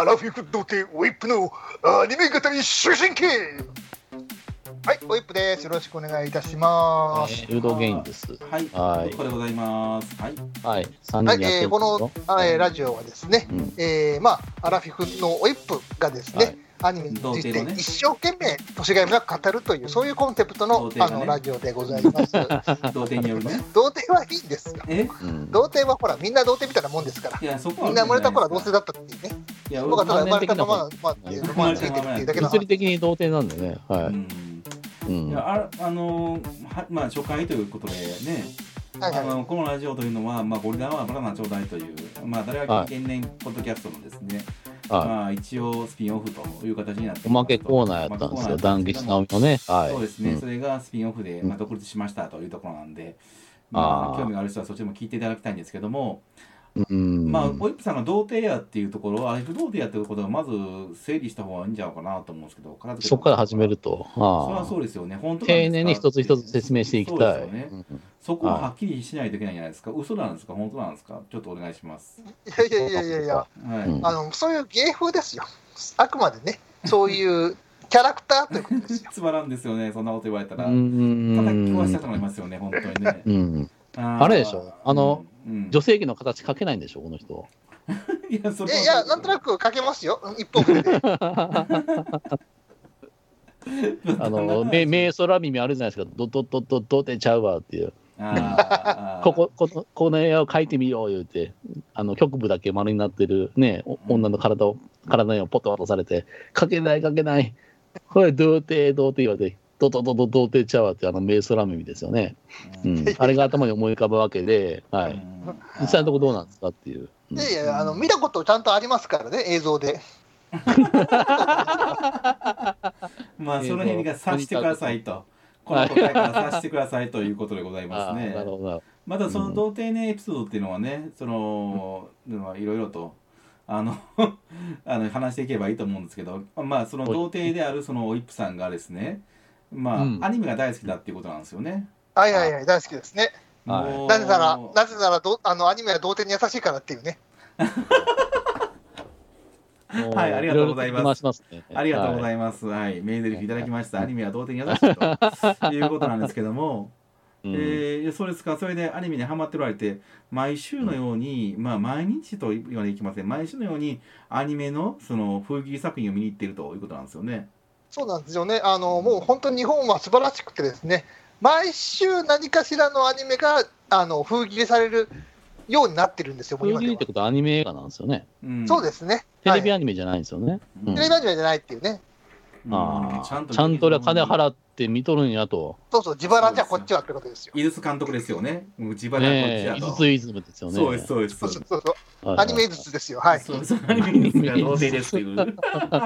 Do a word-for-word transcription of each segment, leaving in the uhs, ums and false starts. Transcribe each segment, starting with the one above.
アラフィフ童貞ウィップのアニメ語り終身刑。はい、ウィップです。よろしくお願いいたします。 えー、ウドゲインです。 はい、はい、ここでございます。はい、 はい、三人やってるんですよ。 はい、えー、この、えー、ラジオはですね、うん、えー、まあアラフィフのウィップがですね、はい、アニメについて一生懸命年がいが語るというそういうコンセプトの、ね、あのラジオでございます。 童貞によるね。 童貞はいいんですよ。え、童貞はほらみんな童貞みたいなもんですから。いや、そこはみんな生まれた頃は童貞だったっていうね。いや、僕はただ生まれたまままあっていうまあついてるっていうだけの話。 物理的に童貞なんでね。はい。うんうん、いや あ, あのはまあ初回ということでね、はいはい、あのこのラジオというのは、まあ、ゴリラはバナナちょうだいという、まあ、誰が天然ポッドキャストのですね、はい、まあ、一応スピンオフという形になっておまけコーナーやったんですよ、談義直美のね、 はい、そうですね、うん、それがスピンオフで、まあ、独立しましたというところなんで、まあ、興味がある人はそっちでも聞いていただきたいんですけども、うん、まあ、オイップさんが童貞やっていうところ、アラフィフ童貞やっていうことをまず整理した方がいいんじゃないかなと思うんですけど、 そこから始めると、 あそれはそうですよね、本当丁寧に一つ一つ説明していきたい。そうですよね、 うん、そこをはっきりしないといけないんじゃないですか、嘘なんですか、本当なんですか、ちょっとお願いします。 いやいやいやいやいや、はい、あのそういう芸風ですよ、あくまでね、そういうキャラクターということですよ。 つまらんですよね、そんなこと言われたら、叩き壊したくなりますよね、本当にね。 うんあ, あれでしょあの、うん、女性器の形描けないんでしょこの人。 いやそれいやなんとなく描けますよ一本で。 あの目目空耳あるじゃないですかドドドドドテちゃうわっていう。あこここのこの絵を描いてみよう言うてあの局部だけ丸になってるね女の体を体の絵をポッと渡されて描けない描けないこれ童貞童貞言われて。ドドドド童貞ちゃうわってあのメイソラ耳ですよね、うん、あれが頭に思い浮かぶわけで、はい、実際のところどうなんですかっていう、 うん、いやいやあの見たことちゃんとありますからね映像で。 まあその辺が察してくださいとこの答えから察してくださいということでございますね。なるほど。またその童貞ねエピソードっていうのはねそのいろいろとあのあの話していけばいいと思うんですけど、まあその童貞であるそのオイップさんがですねまあ、うん、アニメが大好きだっていうことなんですよね。 はいはいはい大好きですね。はい、なぜならなぜならどあのアニメは童貞に優しいからっていうね。 はいありがとうございます。ますね、ありがとうございます。はい、はい、メールいただきました。アニメは童貞に優しいということなんですけども、うん、えー、そうですか。それでアニメにハマっておられて毎週のように、うん、まあ毎日と言われいきません。毎週のようにアニメのその風切り作品を見に行っているということなんですよね。 そうなんですよね。あのもう本当に日本は素晴らしくてですね、毎週何かしらのアニメがあの封切りされるようになってるんですよ。 封切りってことはアニメ映画なんですよね。 うん、そうですね。 テレビアニメじゃないんですよね。 はい、テレビアニメじゃないっていうね。 うん、あちゃんとちゃんと金払って見とるんやと。 そうそう自腹じゃこっちはってことですよ。 井筒監督ですよね。自腹こっちやと。 井筒イズムですよね。 そうですそうですそうです。 そうそうそうアニメ井筒ですよ。はい。 そうそうアニメ井筒が童貞ですっていう。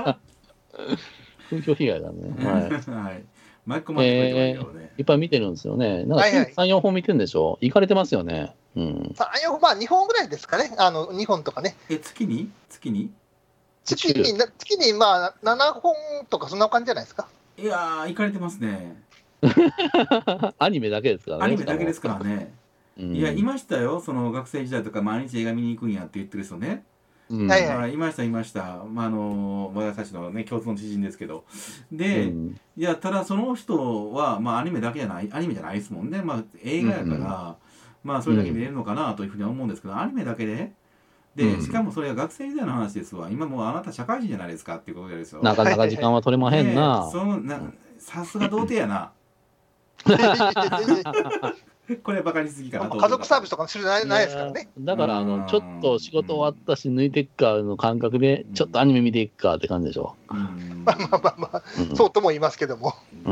風評被害だね。はい。 はい。巻き込まれてくれてるよね。 いっぱい見てるんですよね。なんかさん、よんほん見てるんでしょ。行かれてますよね。うん。 さん、よんほんまあにほんぐらいですかね。あのにほんとかね。 え月に月に月に月にまあななほんとかそんな感じじゃないですか。 いやー行かれてますね。 アニメだけですからね。 アニメだけですからね。いやいましたよ。その学生時代とか毎日映画見に行くんやって言ってる人ね。うん、はいはい、いましたいました、まあ、あの私たちの、ね、共通の知人ですけどで、うん、いやただその人は、まあ、アニメだけじゃないアニメじゃないですもんね、まあ、映画やから、うん、まあ、それだけ見れるのかなというふうには思うんですけど、うん、アニメだけでで、うん、しかもそれは学生時代の話ですわ今もうあなた社会人じゃないですかっていうことですよ。 なかなか時間は取れまへんな、 そのなさすが童貞やなこれバカにしすぎかなと。 家族サービスとかするないですからね。 だからあのちょっと仕事終わったし抜いていくかの感覚でちょっとアニメ見ていくかって感じでしょ。 まあまあまあまあ、うん、そうとも言いますけども。 うん、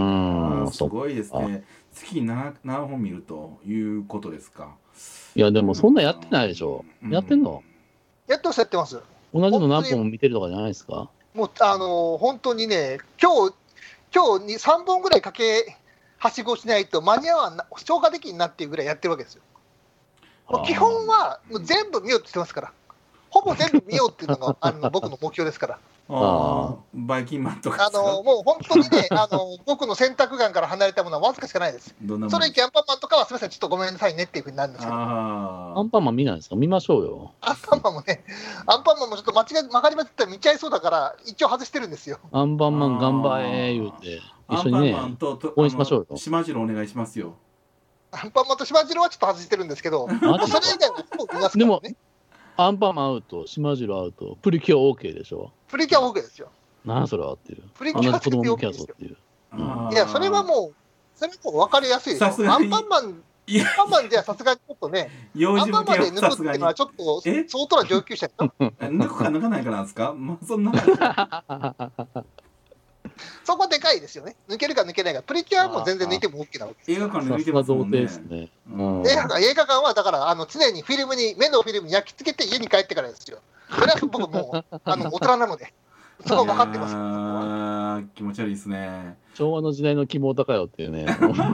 すごいですね。月に 7, ななほん見るということですか。 いやでもそんなやってないでしょ。うん、やってんの？ やってますやってます。 同じの何本も見てるとかじゃないですか。 もうあの本当にね今日今日にさんぼんぐらいかけはしごしないと間に合わんな消化できんなっていうぐらいやってるわけですよ。もう基本はもう全部見ようって言ってますからほぼ全部見ようっていうのがあの僕の目標ですからああ、バイキンマンとか。 あのもう本当にね、あの僕の選択眼から離れたものはわずかしかないです。どんなもの？それ以外アンパンマンとかはすみません、ちょっとごめんなさいねっていうふうになるんですけど。 アンパンマン見ないですか？見ましょうよ。 アンパンマンもね、アンパンマンもちょっと間違い曲がりまって見ちゃいそうだから一応外してるんですよ。 アンパンマン頑張れ言うて一緒にね応援しましょうよ。 しまじろお願いしますよ。 アンパンマンとしまじろはちょっと外してるんですけど、それ以外はそう見ますからね。でもアンパンマンアウト、しまじろアウト、プリキュア OK でしょ。 プリキュア OK ですよ。 なんそれはっていう。 プリキュア OK ですよ。いや、それはもう、それも分かりやすいですよ。アンパンマン、アンパンマンじゃさすがにちょっとね、アンパンマンで抜くっていうのはちょっと相当な上級者でしょ。 抜くか抜かないかなんですか？まあ、そんな。 そこでかいですよね。抜けるか抜けないか。プリキュアも全然抜いても OK なわけです。 映画館で抜いてますもんね。 映画館、映画館はだからあの常にフィルムに目のフィルムに焼き付けて家に帰ってからですよ。それは僕もうあの大人なので、そこ分かってます。 ああ、気持ち悪いですね。 昭和の時代の希望高よっていうね。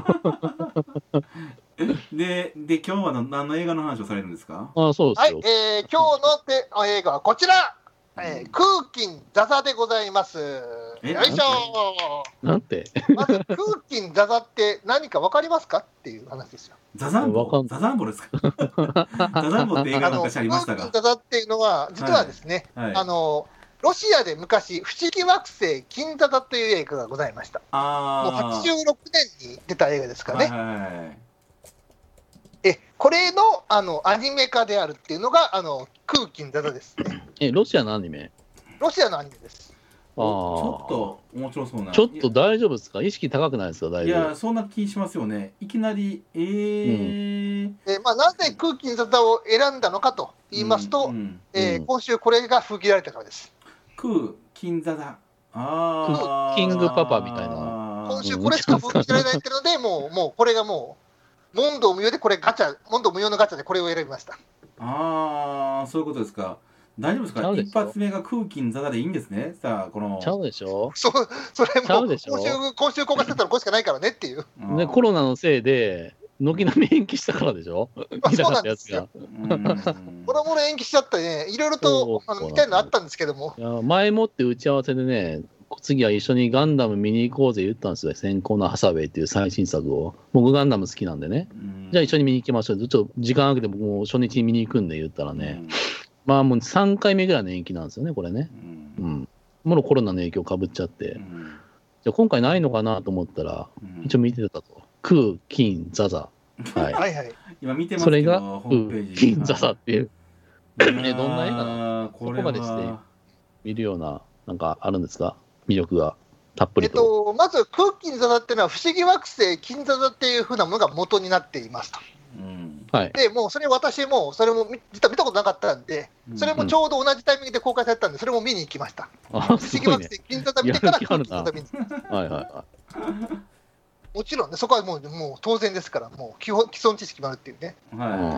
で、 で今日は何の映画の話をされるんですか？ あ、そうですよ。 はい、えー、今日のて映画はこちら。えー、空金ザザでございます。よいしょー。なんてまず空金ザザって何か分かりますかっていう話ですよ。 ザザンボザザンボですか？ザザンボって映画の昔ありましたが。 空金ザザっていうのは実はですね、はいはい、あのロシアで昔不思議惑星金ザザという映画がございました。あもうはちじゅうろくねんに出た映画ですかね。はいはい、えこれのあのアニメ化であるっていうのがあの空金ザザですね。 えロシアのアニメ？ ロシアのアニメです。 あちょっと面白そうな。 ちょっと大丈夫ですか？意識高くないですか？大丈夫。 いやそんな気しますよね。いきなりえー、 うんえーまあ、なぜ空金ザザを選んだのかと言いますと、うんうんえー、今週これが封切られたからです。 空金ザザ。 あキングパパみたいな。 今週これしか封切られないっていうので、もうもうこれがもう問答無用でこれガチャ問答無用のガチャでこれを選びました。 ああそういうことですか。大丈夫ですか？一発目が空気ザザでいいんですね。さあこのちゃうでしょ。 そそれも今週今週公開してたらこれしかないからねっていう。 ねコロナのせいで軒並み延期したからでしょ。 見たかったやつが。これも延期しちゃったね。いろいろとあの見たいのあったんですけども。 いや前もって打ち合わせでね。次は一緒にガンダム見に行こうぜ言ったんですよ。先行のハサウェイっていう最新作を。僕ガンダム好きなんでね。じゃあ一緒に見に行きましょう。ちょっと時間空けて僕も初日に見に行くんで言ったらね。まあもうさんかいめぐらいの延期なんですよね、これね。うん。もろコロナの影響かぶっちゃって。じゃあ今回ないのかなと思ったら、一応見てたと。空、金、ザザ。 はい。はいはい。 今見てますけど、 それが空、金、ザザっていう。え、どんな映画なの？そこまでして見るような、なんかあるんですか？魅力がたっぷりと。 えっと、まず空金座座っていうのは不思議惑星金座座っていうふうなものが元になっていますと。うんはい、でもうそれ私もそれも実は見たことなかったんで、それもちょうど同じタイミングで公開されたんでそれも見に行きました。うん、不思議惑星金座座見てから空金座座見に行きました。はいはいはい。もちろんねそこはもうもう当然ですからもう基本基礎知識もあるっていうね。はい。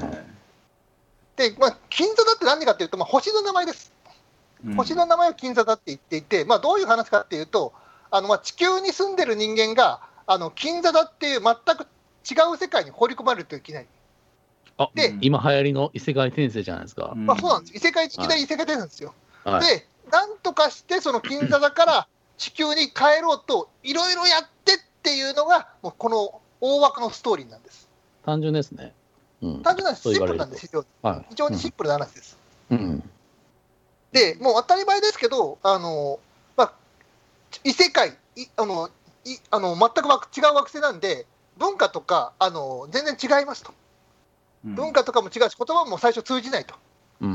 でまあ金座座って何かっていうとまあ星の名前です。星の名前を金座だって言っていて、まあ、どういう話かっていうとあのまあ地球に住んでる人間があの金座だっていう全く違う世界に放り込まれるといけない。 あで今流行りの異世界転生じゃないですか。 まあ、そうなんです。異世界的な異世界転生なんですよ。はい、でなんとかしてその金座だから地球に帰ろうといろいろやってっていうのがもうこの大枠のストーリーなんです。 単純ですね。うん、 単純なんです。シンプルなんです。非常に、はい、非常にシンプルな話です。うん、うんでもう当たり前ですけど、あのまあ、異世界、いあのいあの全く違う惑星なんで、文化とかあの全然違いますと、うん、文化とかも違うし、言葉も最初通じないと、うん、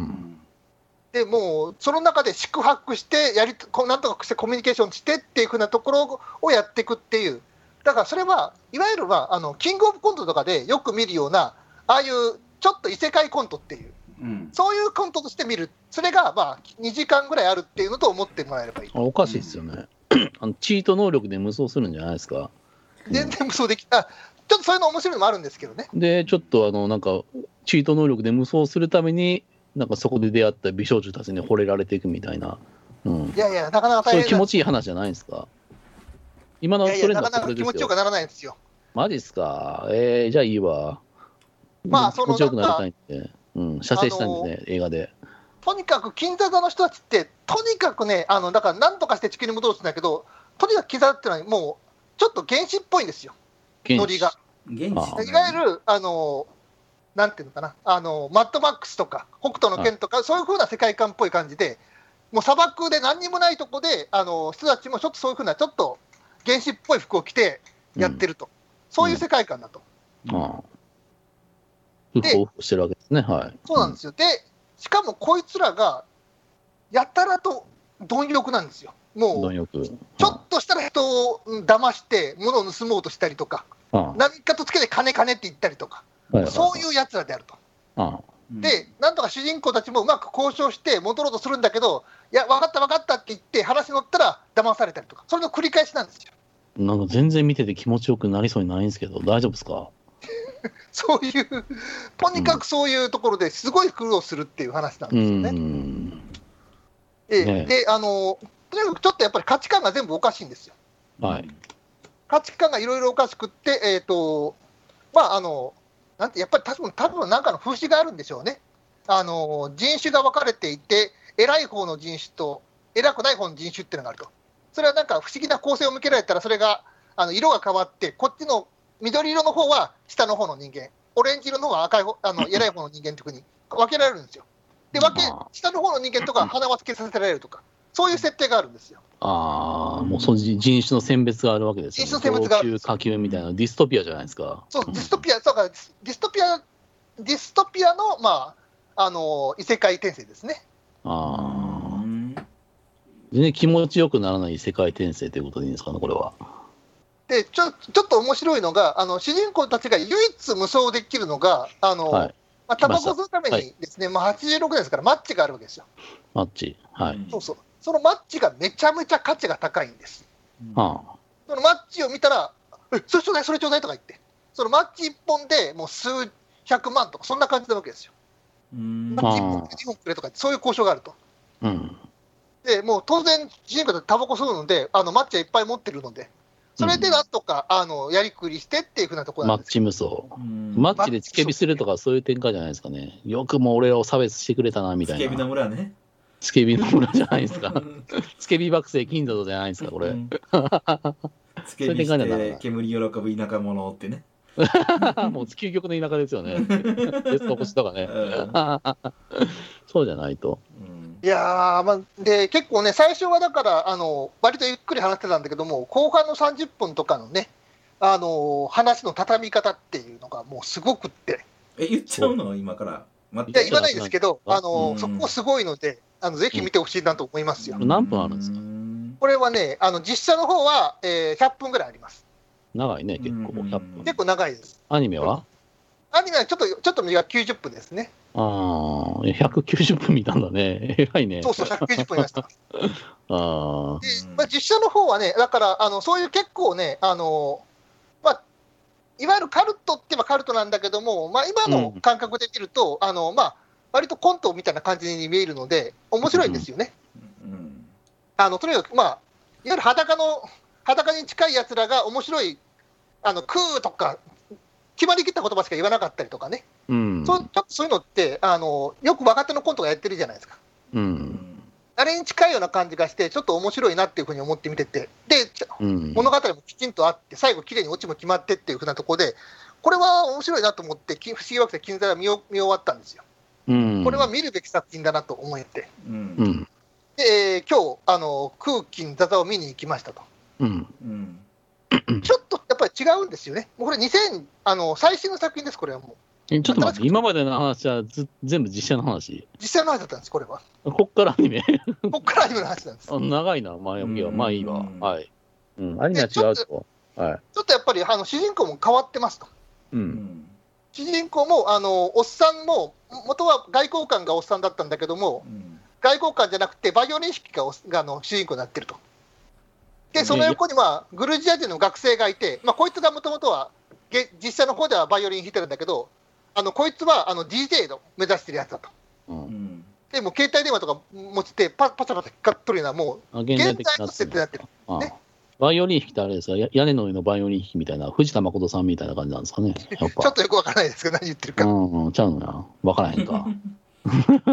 でもうその中で宿泊して、やりなんとかしてコミュニケーションしてっていうふうなところをやっていくっていう、だからそれはいわゆるはあのキングオブコントとかでよく見るような、ああいうちょっと異世界コントっていう。うん、そういうコントとして見る、それがまあにじかんぐらいあるっていうのと思ってもらえればいい。 おかしいですよね、うん、あのチート能力で無双するんじゃないですか。 全然無双できた、ちょっとそういうの面白いのもあるんですけどね。 でちょっとあのなんかチート能力で無双するためになんかそこで出会った美少女たちに惚れられていくみたいな、うん、 いやいやなかなか大変な、そういう気持ちいい話じゃないですか。今のそれなかなか気持ちよくならないんですよ。 マジっすか。えー、じゃあいいわ。 まあその気持ちよくなりたいんで。うん、射精したんでね、あのー、映画で。 とにかく金座座の人たちって、とにかくね、あのだから何とかして地球に戻すんだけど、とにかく金座座っていうのは、もうちょっと原始っぽいんですよ、ノリが。 原始いわゆる、あのなんていうのかな、あのマッドマックスとか、北斗の拳とか、そういう風な世界観っぽい感じで、もう砂漠で何にもないとこで、あの人たちもちょっとそういう風な、ちょっと原始っぽい服を着てやってると、うん、そういう世界観だと。 うん、ああで、してるわけですね、はい。 そうなんですよ。で、しかもこいつらが、やたらと貪欲なんですよ。もう、ちょっとしたら人を騙して、物を盗もうとしたりとか、ああ何かとつけて金金って言ったりとか、はいはいはい、そういうやつらであると。ああで、なんとか主人公たちもうまく交渉して戻ろうとするんだけど、いや、分かった分かったって言って、話に乗ったら騙されたりとか、それの繰り返しなんですよ。 なんか全然見てて気持ちよくなりそうにないんですけど、大丈夫ですか？ そういう、とにかくそういうところですごい苦労するっていう話なんですよね。うんで、ね、であのとにかくちょっとやっぱり価値観が全部おかしいんですよ。はい、価値観がいろいろおかしくって、えーとまあ、あのなんてやっぱり多分多分なんかの風刺があるんでしょうね。あの人種が分かれていて、偉い方の人種と偉くない方の人種っていうのがあると。それはなんか不思議な構成を向けられたら、それがあの色が変わって、こっちの緑色の方は下の方の人間、オレンジ色の方は赤い方、あの偉い方の人間というふうに分けられるんですよ。で、分け下の方の人間とか鼻はつけさせられるとか、そういう設定があるんですよ。 ああ、もうその人種の選別があるわけですよね。 人種の選別がある。 下級みたいなディストピアじゃないですか。 そう、ディストピア、そうか、ディストピア、ディストピアの、まあ、あの異世界転生ですね。 ああ。全然気持ちよくならない異世界転生ということでいいんですかね、これは。 でちょ、ちょっと面白いのが、あの主人公たちが唯一無双できるのが、あの、はい、まあ、タバコを吸うためにですね、はい、まあ、はちじゅうろくねんですから、マッチがあるわけですよ。 マッチ、はい。 そうそう。そのマッチがめちゃめちゃ価値が高いんです。うん、そのマッチを見たら、え、それちょうだい、それちょうだいとか言って、そのマッチいっぽんでもう数百万とか、そんな感じなわけですよ。うんマッチいっぽんでにほんくれとか、そういう交渉があると。うん、でもう当然、主人公でタバコ吸うので、あのマッチはいっぱい持ってるので、それでなんとか、うん、あのやりくりしてっていうふうなところなんです。 マッチ無双。マッチでつけ火するとか、そういう展開じゃないですかね。よくも俺らを差別してくれたなみたいな。 つけ火の村ね。 つけ火の村じゃないですか。つけ火惑星金座じゃないですか、これ。 つけ火して煙喜ぶ田舎者ってね。 もう究極の田舎ですよね。別の星とかね。そうじゃないと。 いやー、まあ、で結構ね、最初はだからあの割とゆっくり話してたんだけども、後半のさんじゅっぷんとかのね、あの話の畳み方っていうのがもうすごくって。 え、言っちゃうの今から。 いや、言わないですけど、あのそこすごいので、あのぜひ見てほしいなと思いますよ。 何分あるんですか？ これはね、あの実写の方は、えー、ひゃっぷんぐらいあります。 長いね、結構。ひゃっぷん結構長いです。 アニメはアニメはちょっと、ちょっと短いきゅうじゅっぷんですね。 ああ、ひゃくきゅうじゅっぷん見たんだね。偉いね。 そうそう、ひゃくきゅうじゅっぷん見ました。あで、まあ、実写の方はね、だからあのそういう結構ね、あのまあ、いわゆるカルトって言えばカルトなんだけども、まあ、今の感覚で見ると、うん、あのまあ、割とコントみたいな感じに見えるので、面白いんですよね。うんうん、あのとにかく、まあ、いわゆる裸の裸に近いやつらが面白い、あのクーとか、決まりきった言葉しか言わなかったりとかね、うん、そちょっとそういうのってあの、よく若手のコントがやってるじゃないですか。うん、あれに近いような感じがして、ちょっと面白いなっていうふうに思って見てて、で、うん、物語もきちんとあって、最後、きれいにオチも決まってっていうふうなところで、これは面白いなと思って、不思議惑星金座は見見終わったんですよ。うん、これは見るべき作品だなと思えて、うん、で今日あの空金座座を見に行きましたと、うんうん、ちょっとやっぱり違うんですよね。もうこれにせんあの最新の作品です。これはもうちょっと待って、今までの話はず全部実写の話実写の話だったんです。これはこっからアニメこっからアニメの話なんです。 長いな、前読みは。まあいいわ、はい、うん、アニメは違うと、 はい、ちょっとやっぱりあの主人公も変わってますと、うん、主人公もあのおっさんも元は外交官がおっさんだったんだけども、うん、外交官じゃなくてバイオリン弾きが、があの主人公になってると。でその横にはグルジア人の学生がいて、まあ、こいつがもともとは実際の方ではバイオリン弾いてるんだけど、あのこいつはあの ディージェー を目指してるやつだと、うん、でも携帯電話とか持ちてパパチャパチャ光っとるような、もう現在の設定になってる、ね、 バイオリン弾きってあれですか、屋根の上のバイオリン弾きみたいな、藤田誠さんみたいな感じなんですかね。やっぱちょっとよくわからないですけど、何言ってるか。 うん、ちゃうのや、わからへんか。 うん、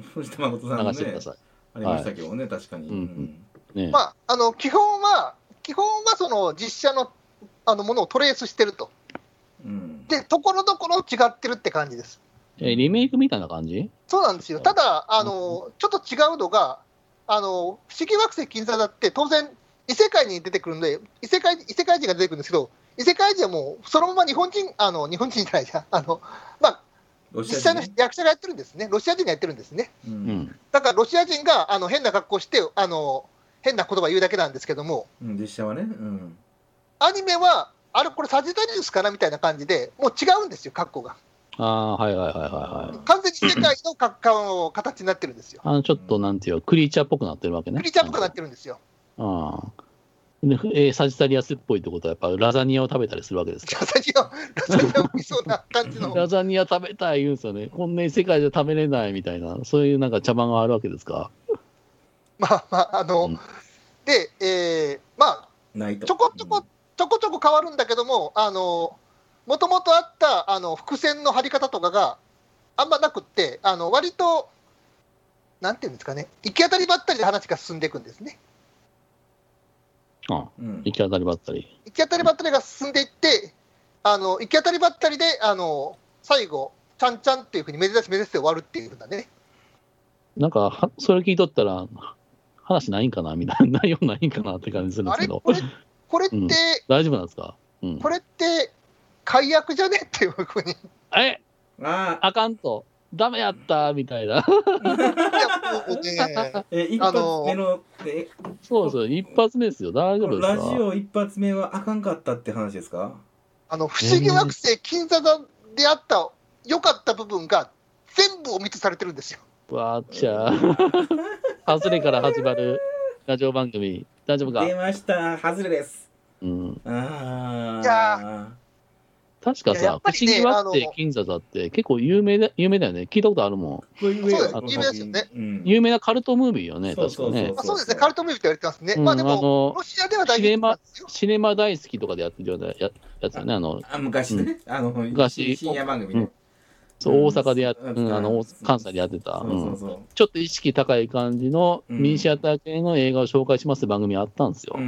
藤田誠さんもねありましたけどね、はい、確かに、うんうんね、まああの基本は基本はその実写のあのものをトレースしてると、うん、でところどころ違ってるって感じです。 えリメイクみたいな感じ？ そうなんですよ。ただあの、うん、ちょっと違うのがあの不思議惑星金座だって当然異世界に出てくるので異世界異世界人が出てくるんですけど、異世界人はもうそのまま日本人あの日本人じゃないじゃんあのまあ実際の役者がやってるんですね。ロシア人がやってるんですね。うん、だからロシア人があの変な格好してあの変な言葉言うだけなんですけども、 うん、実写はね、うん、 アニメはあれこれサジタリウスかなみたいな感じでもう違うんですよ格好が。 ああはいはいはいはいはい。 完全に世界のかの形になってるんですよ。 あのちょっとなんていうクリーチャーっぽくなってるわけね。 クリーチャーっぽくなってるんですよ。 ああ。でえー、サジタリアスっぽいってことはやっぱラザニアを食べたりするわけですか？ ラザニアラザニアもいそうな感じのラザニア食べたい言うんですよね。こんなに世界で食べれないみたいなそういうなんか茶番があるわけですか？ まあまああの、うん、で、えー、まあちょこちょこちょこちょこ変わるんだけどもあのもともとあったあの伏線の張り方とかがあんまなくってあの割となんていうんですかね行き当たりばったりで話が進んでいくんですね。 ああうん、行き当たりばったり行き当たりばったりが進んでいってあの行き当たりばったりであの最後ちゃんちゃんっていうふうにめでたしめでたしで終わるっていうんだね。 なんかはそれ聞いとったら話ないんかなみたいな内容ないんかなって感じするんですけど、 あれこれこれって、うん、 大丈夫なんですか、うん、 これって解約じゃねっていうふうにえああかんとダメやったみたいな。いやもうね、え一発目のえそうそう一発目ですよ。大丈夫ですか？ ラジオ一発目はあかんかったって話ですか？ あの不思議惑星金座であった良かった部分が全部オミットされてるんですよ。 わっちゃ外れから始まるラジオ番組大丈夫か？ 出ました外れです。 うん。 ああ。 いや確かさ、ね、不思議惑星金座だって結構有名だ有名だよね。聞いたことあるもん。 そうです有名ですよね、 うん。有名なカルトムービーよね、確かね。 そうですね、カルトムービーって言われてますね。うん、まあでも、あのロシアでは大ヒットなんですよ。 シネマ大好きとかでやってるような や, やつよね。あのあ昔ね、うん、あの昔深夜番組ね。うんそう大阪でやっ、うん、あの関西でやってた、うん、ちょっと意識高い感じのミニシアター系の映画を紹介しますって番組あったんですよ。うん、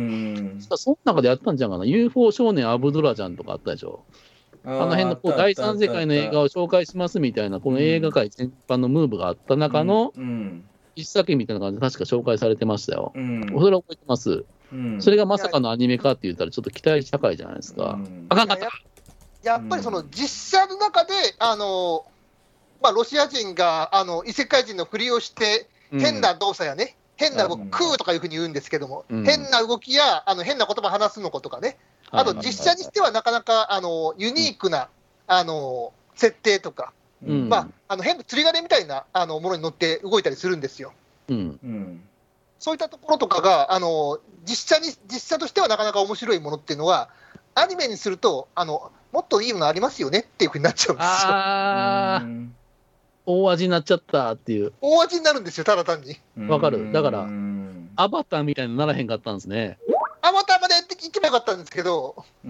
その中でやったんじゃんかな。ユーフォー 少年アブドラジャンとかあったでしょ。あの辺のこう第三世界の映画を紹介しますみたいなこの映画界全般のムーブがあった中の一作品みたいな感じで確か紹介されてましたよ。うん、それは覚えてます、うん。それがまさかのアニメ化って言ったらちょっと期待高いじゃないですか。うん、あかんかった。 やっぱりその実写の中で、あのまあ、ロシア人があの異世界人のふりをして変な動作やね、うん、変な動き、クーとかいうふうに言うんですけども、うん、変な動きやあの変な言葉話すのことかね、あと実写にしてはなかなかあのユニークな、うん、あの設定とか、うんまあ、あの変な釣り鐘みたいなあのものに乗って動いたりするんですよ。うんうん、そういったところとかがあの実写に実写としてはなかなか面白いものっていうのはアニメにするとあのもっといいものありますよねっていうふうになっちゃうんですよ。 あー大味になっちゃったっていう。 大味になるんですよ、ただ単に。 わかる。だからアバターみたいにならへんかったんですね。 アバターまで行けばよかったんですけど、 うん、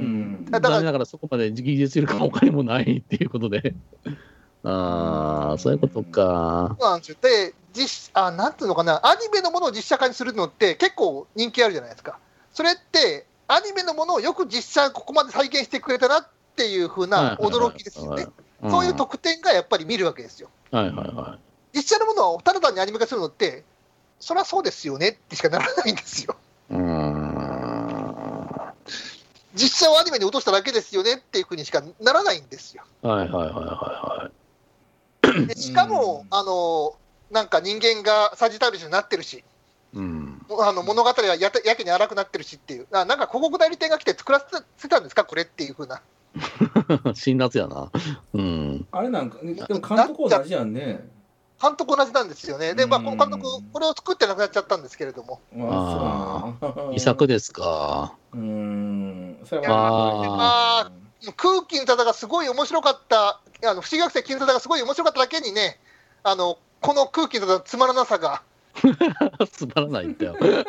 だからだからそこまで技術力かお金もないっていうことでああそういうことか。 そうなんですよ。で実あなんていうのかな、アニメのものを実写化にするのって結構人気あるじゃないですか。それってアニメのものをよく実写ここまで再現してくれたなっていう風な驚きですよね。そういう特典がやっぱり見るわけですよ。 はいはいはい。 実写のものをただ単にアニメ化するのってそりゃそうですよねってしかならないんですよ。うーん実写をアニメに落としただけですよねっていうふうにしかならないんですよ。 はいはいはいはいはい。でしかもあのなんか人間がサジタリウスになってるし、うん、あの物語はやたやけに荒くなってるしっていう、あなんか広告代理店が来て作らせたんですかこれっていうふうな。 辛辣やな。うん。 あれなんかでも監督同じやんね。 監督同じなんですよね。でまあこの監督これを作ってなくなっちゃったんですけれども。 ああ遺作ですか。 うん。それはあ空気の戦がすごい面白かった、あの不思議学生金座がすごい面白かっただけにね、あのこの空気のつまらなさがつまらないんだよ。 だい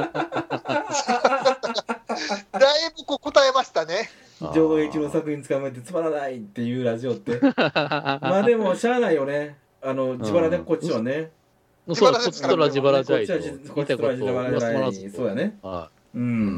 ぶこう答えましたね。 上映中の作品捕まえてつまらないっていうラジオってまあでもしゃあないよね。 あの自腹でこっちはね。 そう、こっちとら自腹じゃいと。 こっちとら自腹じゃない。そうやね。はい。うん、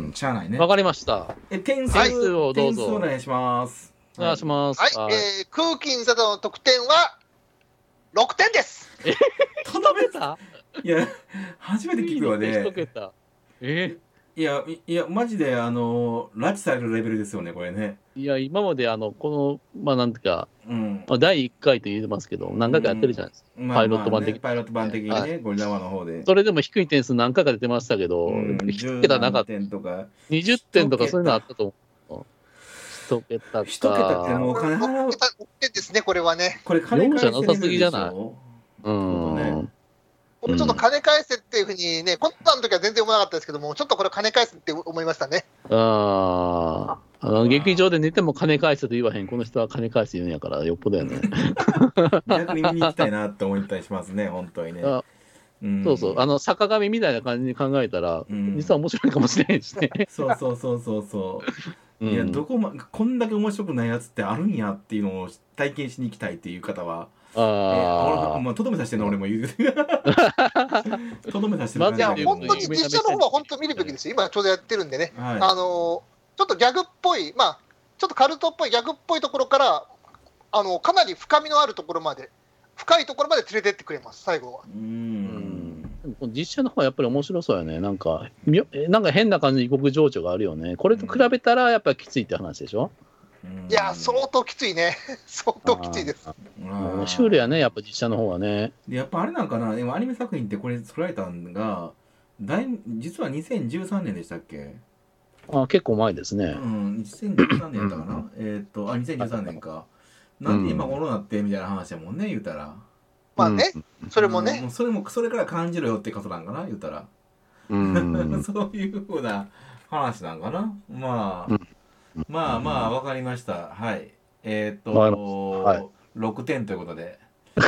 しゃあないね。 わかりました。 え、点数をどうぞ。点数お願いします。 お願いします。 はい、えー、空気印刷の得点はろくてんです。 え、とどめた？ いや、初めて聞くわね。 一桁。えいや、いや、マジで、あの、拉致されるレベルですよね、これね。 いや、今まで、あの、この、まあ、なんていうか、うんまあ、だいいっかいと言ってますけど、何回かやってるじゃないですか。うんまあ、パイロット版的に、ね。 パイロット版的にね、はい、ゴリラマの方で。 それでも低い点数何回か出てましたけど、うん、一桁なかった。点とかにじゅってんとかそういうのあったと思う。一桁か。 一桁ってもうお金払う。 一桁ですね、これはね。 これ金返せなさすぎじゃない？ うん。ねちょっと金返せっていうふうにね、コンタの時は全然思わなかったですけども、ちょっとこれ金返せって思いましたね。 ああ、あの劇場で寝ても金返せと言わへん、この人は金返せ言うんやから、よっぽどやね。 逆に見に行きたいなって思ったりしますね、本当にね。 うん、そうそう、あの坂上みたいな感じに考えたら、うん、実は面白いかもしれないしね。 そうそうそうそうそう。いや、どこま、こんだけ面白くないやつってあるんやっていうのを体験しに行きたいっていう方は。ああ、まあ、とどめさせてるの俺も言う。とどめさせてる。 いや、本当に実写の方は本当見るべきですよ。今ちょうどやってるんでね。はい、あの、ちょっとギャグっぽい、まあ、ちょっとカルトっぽいギャグっぽいところから、あの、かなり深みのあるところまで、深いところまで連れてってくれます、最後は。うん。 実写の方はやっぱり面白そうよね。なんか、なんか変な感じに異国情緒があるよね。これと比べたらやっぱりきついって話でしょ。 いや、相当きついね。相当きついです。 シュールやね、やっぱ実写の方はね。 でやっぱあれなんかな、でもアニメ作品ってこれ作られたのが、だい実はにせんじゅうさんねんでしたっけ？ あ、結構前ですね。 うん、にせんじゅうさんねんやったかな。えっと、あ、にせんじゅうさんねんか。なんで今頃なってみたいな話やもんね、言うたら。 まあね、それもね。 それも、それから感じろよってことなんかな、言うたら。そういうふうな話なんかな。まあ。まあまあ、わかりました。はい。えっ、ー、と、はい、ろくてんということで。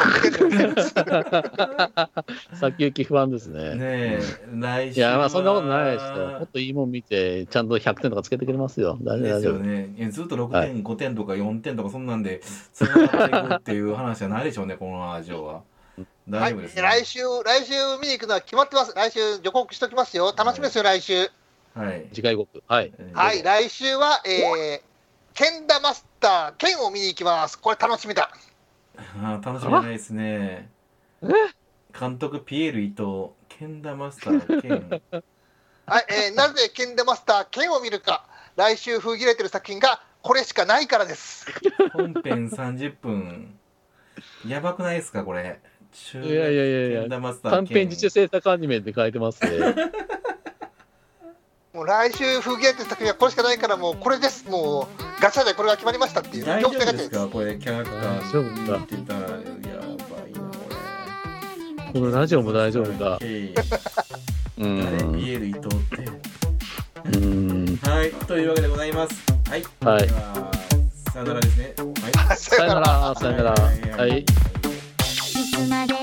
先行き不安ですね。 ねえ、来週。 いや、まあそんなことないですよ。もっといいもん見て、ちゃんとひゃくてんとかつけてくれますよ。大丈夫ですよね。ずっとろくてん、はい、ごてんとかよんてんとかそんなんで、つながっていくっていう話はないでしょうね、このラジオは。大丈夫ですね、 はい。来週、来週見に行くのは決まってます。来週予告しときますよ。楽しみですよ、はい、来週。 はい、 次回予告。はい。 はい、来週は、えー、ケンダマスター、ケンを見に行きます。これ楽しみだ。 あ楽しみないですね。監督、ピエール伊藤、ケンダマスター、ケン。 はい、えー、なぜケンダマスター、ケンを見るか。来週、封切れてる作品がこれしかないからです。 本編さんじゅっぷん。やばくないですか、これ。 いやいやいやいや、短編自主制作アニメって書いてますね。 もう来週封切れてる作品はこれしかないから、もうこれです。もうガチャでこれが決まりましたっていう。 大丈夫ですか、これキャラクター。 大丈夫か。 って言ったらやばいなこれ。このラジオも大丈夫か。 うん。ピエール伊藤って。うん。はい、というわけでございます。はい。 はい。 さよならですね。 はい。さよなら、さよなら。はい。 いつまで